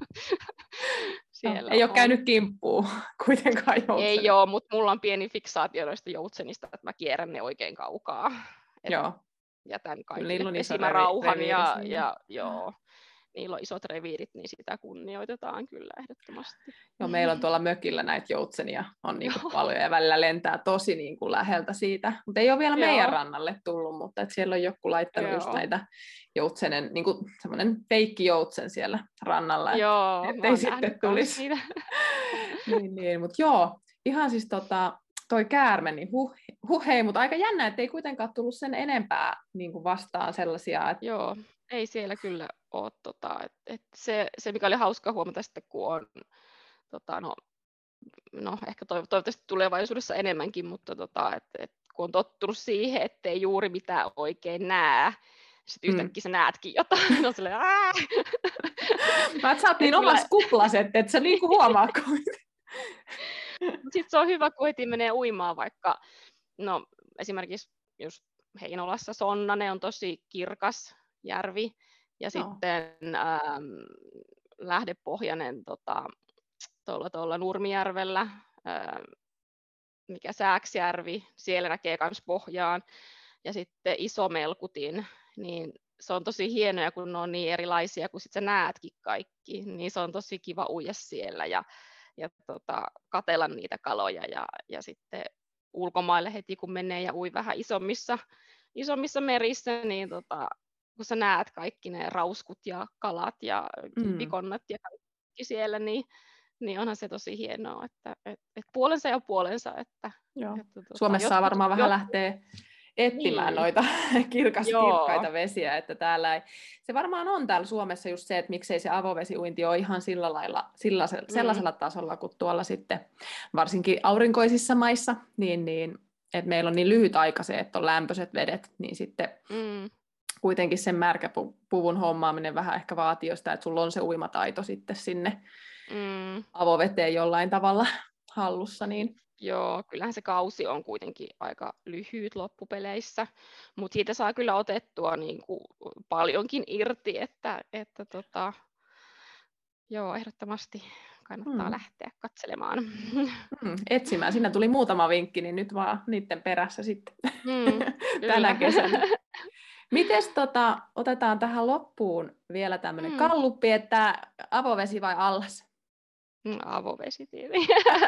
ei ole käynyt kimppuun kuitenkaan joutsenet. Ei ole, mutta mulla on pieni fiksaatio noista joutsenista, että mä kierrän ne oikein kaukaa. Jätän kaikille pesimärauhan ja niillä on isot reviirit, niin sitä kunnioitetaan kyllä ehdottomasti. Joo, meillä on tuolla mökillä näitä joutsenia on niin kuin paljon ja välillä lentää tosi niin kuin läheltä siitä. Mutta ei ole vielä meidän rannalle tullut, mutta että siellä on joku laittanut just näitä joutsenen, niin kuin semmoinen feikkijoutsen siellä rannalla, ettei sitten tulisi. niin, mutta ihan siis toi käärme, niin hei, mutta aika jännä, että ei kuitenkaan tullut sen enempää niin kuin vastaan sellaisia. Että... Joo, ei siellä kyllä ole. Se, mikä oli hauska huomata sitten, kun on, ehkä toivottavasti tulevaisuudessa enemmänkin, mutta kun on tottunut siihen, ettei juuri mitään oikein näe, sitten yhtäkkiä sä näetkin jotain, on silleen sä oot niin omassa kuplassa, että sä niinku huomaa Sitten se on hyvä, kun heti menee uimaan vaikka, esimerkiksi just Heinolassa Sonnanen on tosi kirkas järvi, ja sitten Lähdepohjainen tuolla Nurmijärvellä, mikä Sääksjärvi, siellä näkee myös pohjaan, ja sitten Iso-Melkutin, niin se on tosi hienoja, kun ne on niin erilaisia, kun sit sä näetkin kaikki, niin se on tosi kiva uida siellä ja katsella niitä kaloja ja sitten ulkomaille heti, kun menee ja ui vähän isommissa merissä, niin kun sä näet kaikki ne rauskut ja kalat ja pikonnat ja kaikki siellä, niin onhan se tosi hienoa, että puolensa ja puolensa. Suomessa saa varmaan vähän lähteä etsimään noita kirkkaita vesiä, että täällä ei... Se varmaan on täällä Suomessa just se, että miksei se avovesiuinti ole ihan sillä lailla, sellaisella tasolla kuin tuolla sitten, varsinkin aurinkoisissa maissa, niin että meillä on niin lyhyt aika se, että on lämpöiset vedet, niin sitten kuitenkin sen märkäpuvun hommaaminen vähän ehkä vaatii sitä, että sulla on se uimataito sitten sinne avoveteen jollain tavalla hallussa. Niin. Joo, kyllähän se kausi on kuitenkin aika lyhyt loppupeleissä, mutta siitä saa kyllä otettua niin kuin paljonkin irti, että ehdottomasti kannattaa lähteä katselemaan. Etsimään. Siinä tuli muutama vinkki, niin nyt vaan niiden perässä sitten tänä kesänä. Mites otetaan tähän loppuun vielä tämmöinen galluppi, että avovesi vai allas? Avovesi tietenkin.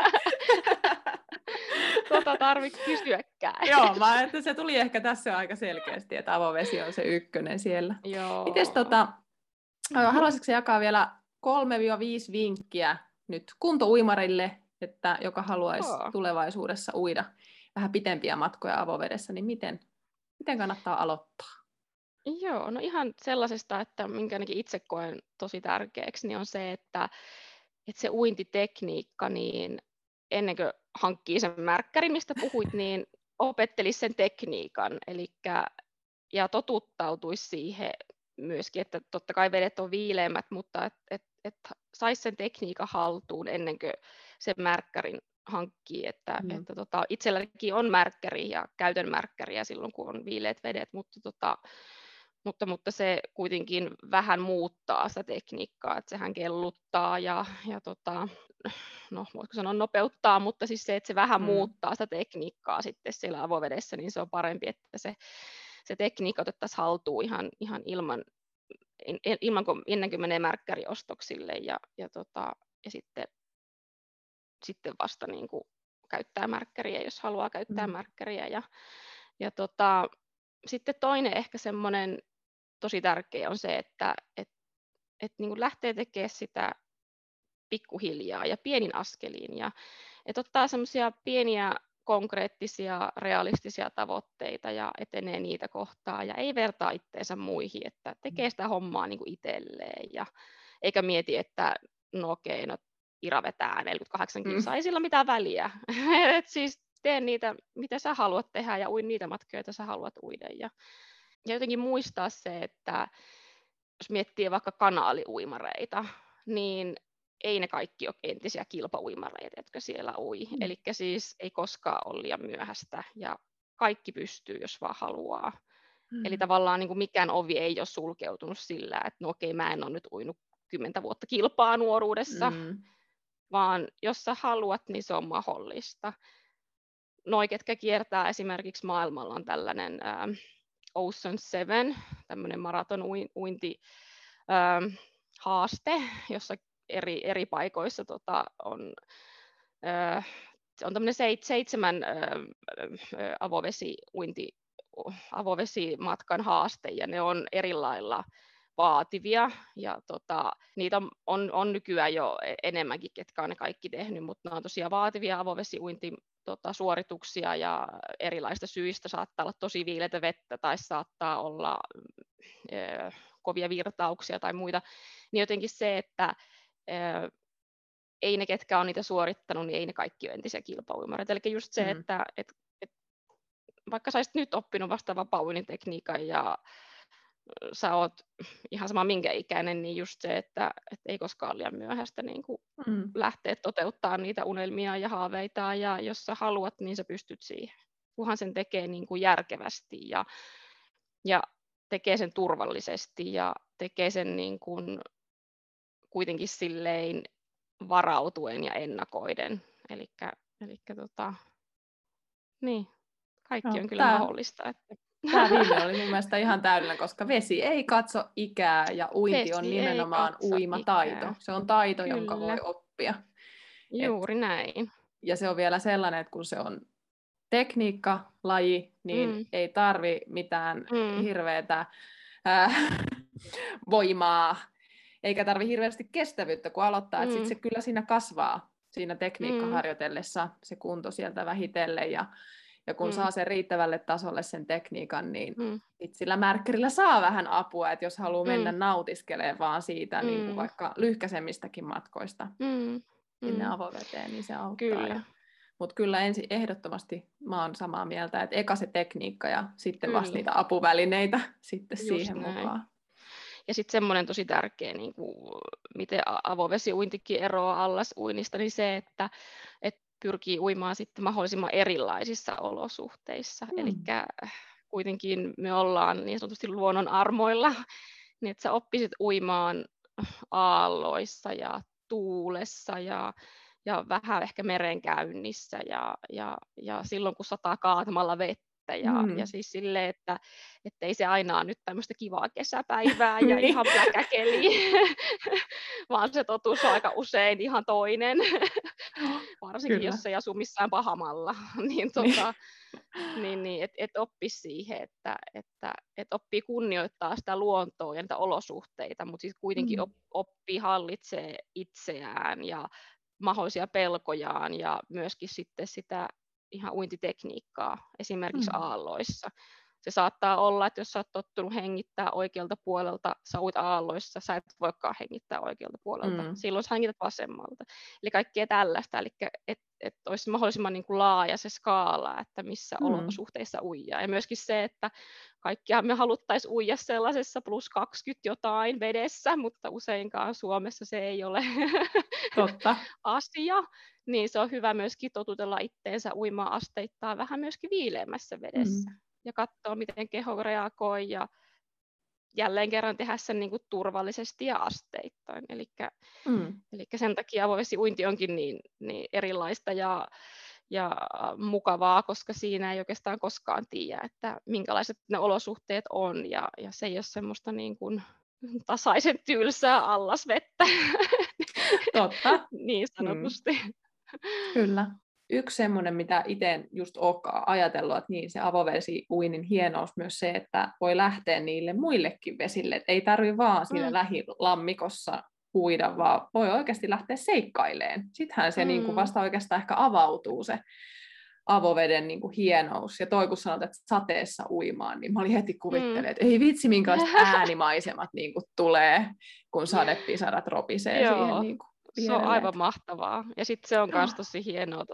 Tarvitse kysyäkään. Joo, että se tuli ehkä tässä aika selkeästi, että avovesi on se ykkönen siellä. Joo. Mites haluaisitko jakaa vielä 3-5 vinkkiä nyt kuntouimarille, että joka haluaisi tulevaisuudessa uida vähän pitempiä matkoja avovedessä, niin miten kannattaa aloittaa? Joo, no ihan sellaisesta, että minkä ainakin itse koen tosi tärkeäksi, niin on se, että se uintitekniikka, niin ennen kuin hankkii sen märkkärin, mistä puhuit, niin opettelisi sen tekniikan, ja totuttautuisi siihen myöskin, että totta kai vedet on viileämmät, mutta että saisi sen tekniikan haltuun ennen kuin sen märkkärin hankkii, että itselläkin on märkkäri ja käytön märkkäriä silloin, kun on viileät vedet, mutta se kuitenkin vähän muuttaa sitä tekniikkaa, että sehän kelluttaa ja voisiko sanoa nopeuttaa, mutta siis se, että se vähän muuttaa sitä tekniikkaa sitten siellä avovedessä, niin se on parempi, että se tekniikka otettaisiin haltuun ihan ilman ennen kuin menee märkkäriostoksille ja sitten vasta niin kuin käyttää märkkäriä, jos haluaa käyttää märkkäriä. Ja sitten toinen ehkä semmoinen tosi tärkeä on se, että niin kuin lähtee tekemään sitä pikkuhiljaa ja pienin askelin. Ja että ottaa semmoisia pieniä konkreettisia, realistisia tavoitteita ja etenee niitä kohtaan ja ei vertaa itteensä muihin, että tekee sitä hommaa niin kuin itselleen eikä mieti, että no okei, no Ira vetää 48 kilsaa, ei sillä mitään väliä. Et siis tee niitä, mitä sä haluat tehdä ja ui niitä matkoja, joita sä haluat uida. Ja jotenkin muistaa se, että jos miettii vaikka kanaaliuimareita, niin ei ne kaikki ole entisiä kilpauimareita, jotka siellä ui. Eli siis ei koskaan ole liian myöhäistä ja kaikki pystyy, jos vaan haluaa. Eli tavallaan niin kuin mikään ovi ei ole sulkeutunut sillä, että no okei, mä en ole nyt uinut 10 vuotta kilpaa nuoruudessa, vaan jos sä haluat, niin se on mahdollista. Noi, ketkä kiertää esimerkiksi maailmalla, on tällainen Ocean 7, tämmöinen maratonuinti haaste, jossa eri paikoissa on tämmöinen 7 avovesimatkan haaste, ja ne on eri lailla vaativia, ja niitä on nykyään jo enemmänkin, ketkä on ne kaikki tehnyt, mutta ne on tosiaan vaativia avovesiuintisuorituksia, ja erilaista syistä saattaa olla tosi viileätä vettä, tai saattaa olla kovia virtauksia tai muita, niin jotenkin se, että ei ne, ketkä on niitä suorittanut, niin ei ne kaikki ole entisiä kilpauimareita. Eli just se, että vaikka sä olisit nyt oppinut vasta vapaa-uinnin tekniikan ja sä oot ihan sama minkä ikäinen, niin just se, että ei koskaan ole liian myöhäistä niin kuin lähteä toteuttamaan niitä unelmia ja haaveitaan, ja jos sä haluat, niin sä pystyt siihen. Kunhan sen tekee niin kuin järkevästi ja tekee sen turvallisesti ja tekee sen niin kuin kuitenkin silleen varautuen ja ennakoiden. Niin, kaikki on kyllä mahdollista. Tämä viime oli mun mielestä ihan täydellinen, koska vesi ei katso ikää ja uinti vesi on nimenomaan uimataito. Ikää. Se on taito, Kyllä. jonka voi oppia. Juuri näin. Ja se on vielä sellainen, että kun se on tekniikkalaji, niin ei tarvi mitään hirveätä voimaa, eikä tarvi hirveästi kestävyyttä, kun aloittaa. Että sit se kyllä siinä kasvaa siinä tekniikkaharjoitellessa se kunto sieltä vähitellen. Ja kun saa sen riittävälle tasolle sen tekniikan, niin sillä märkkärillä saa vähän apua, että jos haluaa mennä nautiskelemaan vaan siitä niin kuin vaikka lyhkäisemmistäkin matkoista sinne avoveteen, niin se auttaa. Mutta kyllä ehdottomasti mä oon samaa mieltä, että eka se tekniikka ja sitten vasta niitä apuvälineitä sitten just siihen näin mukaan. Ja sitten semmoinen tosi tärkeä, niin kuin, miten avovesiuintikin eroaa allasuinnista, niin se, että pyrkii uimaan sitten mahdollisimman erilaisissa olosuhteissa. Eli kuitenkin me ollaan niin sanotusti luonnon armoilla, niin että sä oppisit uimaan aalloissa ja tuulessa ja vähän ehkä merenkäynnissä ja silloin kun sataa kaatamalla vettä ja siis silleen, että ei se aina ole nyt tämmöistä kivaa kesäpäivää ja ihan pläkäkeliä, vaan se totuus on aika usein ihan toinen, varsinkin kyllä, jos ei asu missään pahamalla, niin et oppi siihen, että oppii kunnioittaa sitä luontoa ja niitä olosuhteita, mutta siis kuitenkin oppii hallitsee itseään ja mahdollisia pelkojaan ja myöskin sitten sitä ihan uintitekniikkaa esimerkiksi aalloissa. Se saattaa olla, että jos sä oot tottunut hengittää oikealta puolelta, sä uit aalloissa, sä et voikaan hengittää oikealta puolelta. Silloin sä hengität vasemmalta. Eli kaikkea tällaista, eli että olisi mahdollisimman niin kuin laaja se skaala, että missä olosuhteissa uijaa. Ja myöskin se, että kaikkiaan me haluttaisiin uija sellaisessa plus 20 jotain vedessä, mutta useinkaan Suomessa se ei ole totta asia. Niin se on hyvä myöskin totutella itteensä uimaan asteittain vähän myöskin viileämmässä vedessä. Ja katsoa, miten keho reagoi ja jälleen kerran tehdä sen niin kuin turvallisesti ja asteittain. Eli sen takia avovesiuinti onkin niin erilaista ja mukavaa, koska siinä ei oikeastaan koskaan tiedä, että minkälaiset ne olosuhteet on, ja se ei ole semmoista niin kuin tasaisen tylsää allasvettä, Totta. niin sanotusti. Kyllä. Yksi semmoinen, mitä itse just olekaan ajatellut, että niin se avovesiuinnin hienous myös se, että voi lähteä niille muillekin vesille. Et ei tarvitse vaan siinä lähilammikossa uida, vaan voi oikeasti lähteä seikkailemaan. Sittenhän se niin kuin vasta oikeastaan ehkä avautuu se avoveden niin kuin hienous. Ja toi kun sanot, että sateessa uimaan, niin mä olin heti kuvittelemaan, että ei vitsi, minkälaiset äänimaisemat niin kuin tulee, kun sadepisarat ropisee siihen niin kuin se on aivan mahtavaa. Ja sitten se on myös tosi hienoa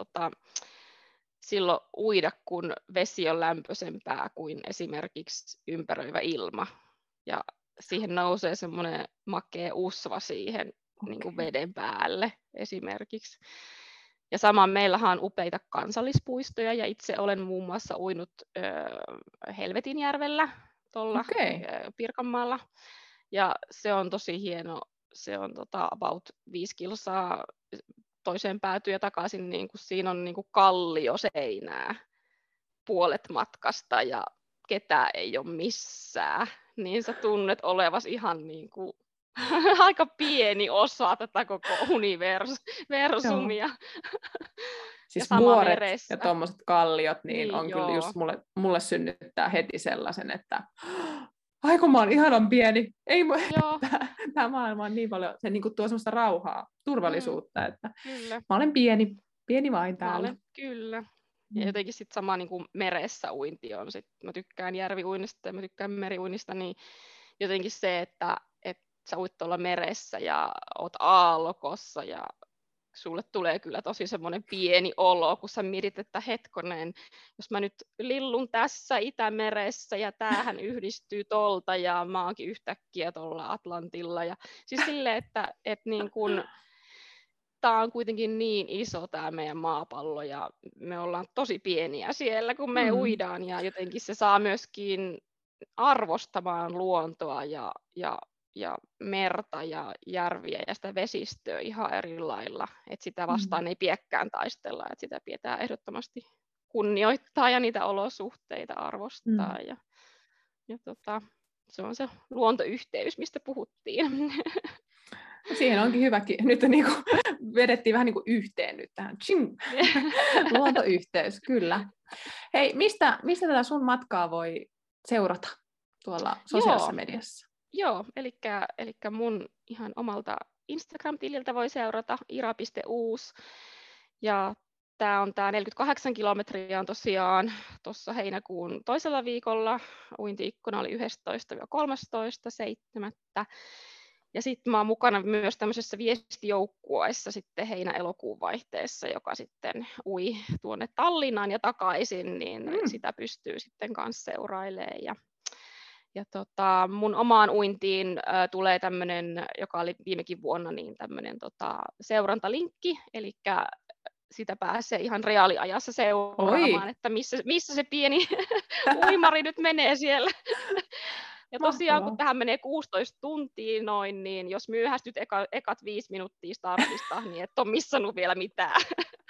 silloin uida, kun vesi on lämpöisempää kuin esimerkiksi ympäröivä ilma. Ja siihen nousee semmoinen makea usva siihen niin kuin veden päälle esimerkiksi. Ja sama meillähän on upeita kansallispuistoja, ja itse olen muun muassa uinut Helvetinjärvellä tuolla Pirkanmaalla. Ja se on tosi hieno. Se on about 5 kilsaa toiseen päätyyn ja takaisin, niin kuin siinä on niin kuin kallioseinää puolet matkasta ja ketään ei ole missään, niin sä tunnet olevas ihan niin kuin aika pieni osa tätä koko universumia. Siis vuoret ja tuommoiset kalliot niin on kyllä just mulle synnyttää heti sellaisen, että ai kun mä oon ihanan pieni, ei tämä maailma on niin paljon, se niin kuin tuo semmoista rauhaa, turvallisuutta, että mä olen pieni vain täällä. Kyllä. Ja jotenkin sitten sama niin kuin meressä uinti on, mä tykkään järviuinnista ja mä tykkään meriuinnista, niin jotenkin se, että sä uit tuolla meressä ja oot aallokossa ja sulle tulee kyllä tosi semmoinen pieni olo, kun sä mietit, että hetkonen, jos mä nyt lillun tässä Itämeressä ja tämähän yhdistyy tolta ja mä oonkin yhtäkkiä tuolla Atlantilla. Ja siis silleen, että niin kun, tää on kuitenkin niin iso tää meidän maapallo ja me ollaan tosi pieniä siellä, kun me uidaan ja jotenkin se saa myöskin arvostamaan luontoa ja merta ja järviä ja sitä vesistöä ihan eri lailla, että sitä vastaan ei piekkään taistella, että sitä pitää ehdottomasti kunnioittaa ja niitä olosuhteita arvostaa ja se on se luontoyhteys, mistä puhuttiin. Siihen onkin hyväkin. Nyt niin kuin vedettiin vähän niin kuin yhteen nyt tähän. Luontoyhteys, kyllä. Hei, mistä tätä sun matkaa voi seurata tuolla sosiaalisessa mediassa? Joo, eli mun ihan omalta Instagram-tililtä voi seurata ira.uus. Ja tämä 48 kilometriä on tosiaan tuossa heinäkuun toisella viikolla. Uinti-ikkuna oli 11.–13.7. Ja sitten mä oon mukana myös tämmöisessä viestijoukkueessa sitten heinä-elokuun vaihteessa, joka sitten ui tuonne Tallinnaan ja takaisin, niin sitä pystyy sitten kanssa seurailemaan. Ja mun omaan uintiin tulee tämmöinen, joka oli viimekin vuonna, niin tämmöinen seurantalinkki, eli sitä pääsee ihan reaaliajassa seuraamaan, että missä se pieni uimari nyt menee siellä. Ja tosiaan, kun tähän menee 16 tuntia noin, niin jos myöhästyt ekat 5 minuuttia startista, niin et ole missannut vielä mitään.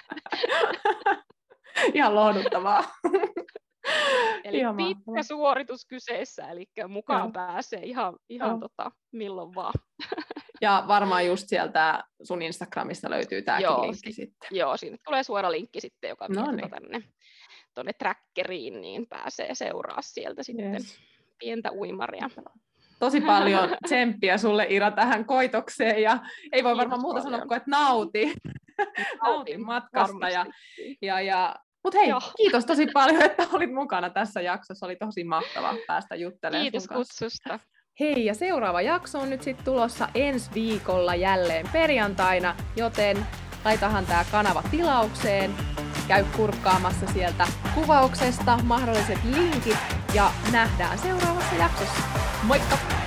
Ihan lohduttavaa. Eli pitkä suoritus kyseessä, eli mukaan pääsee ihan milloin vaan. Ja varmaan just sieltä sun Instagramista löytyy tämäkin linkki sitten. Joo, siinä tulee suora linkki sitten, joka vie tuonne trackeriin, niin pääsee seuraa sieltä sitten pientä uimaria. Tosi paljon tsemppiä sulle, Ira, tähän koitokseen, ja ei voi varmaan muuta sanoa kuin, että nauti matkasta. Mutta hei, kiitos tosi paljon, että olit mukana tässä jaksossa. Oli tosi mahtavaa päästä juttelemaan. Kiitos kutsusta. Hei, ja seuraava jakso on nyt sitten tulossa ensi viikolla jälleen perjantaina, joten laitahan tämä kanava tilaukseen. Käy kurkkaamassa sieltä kuvauksesta mahdolliset linkit ja nähdään seuraavassa jaksossa. Moikka!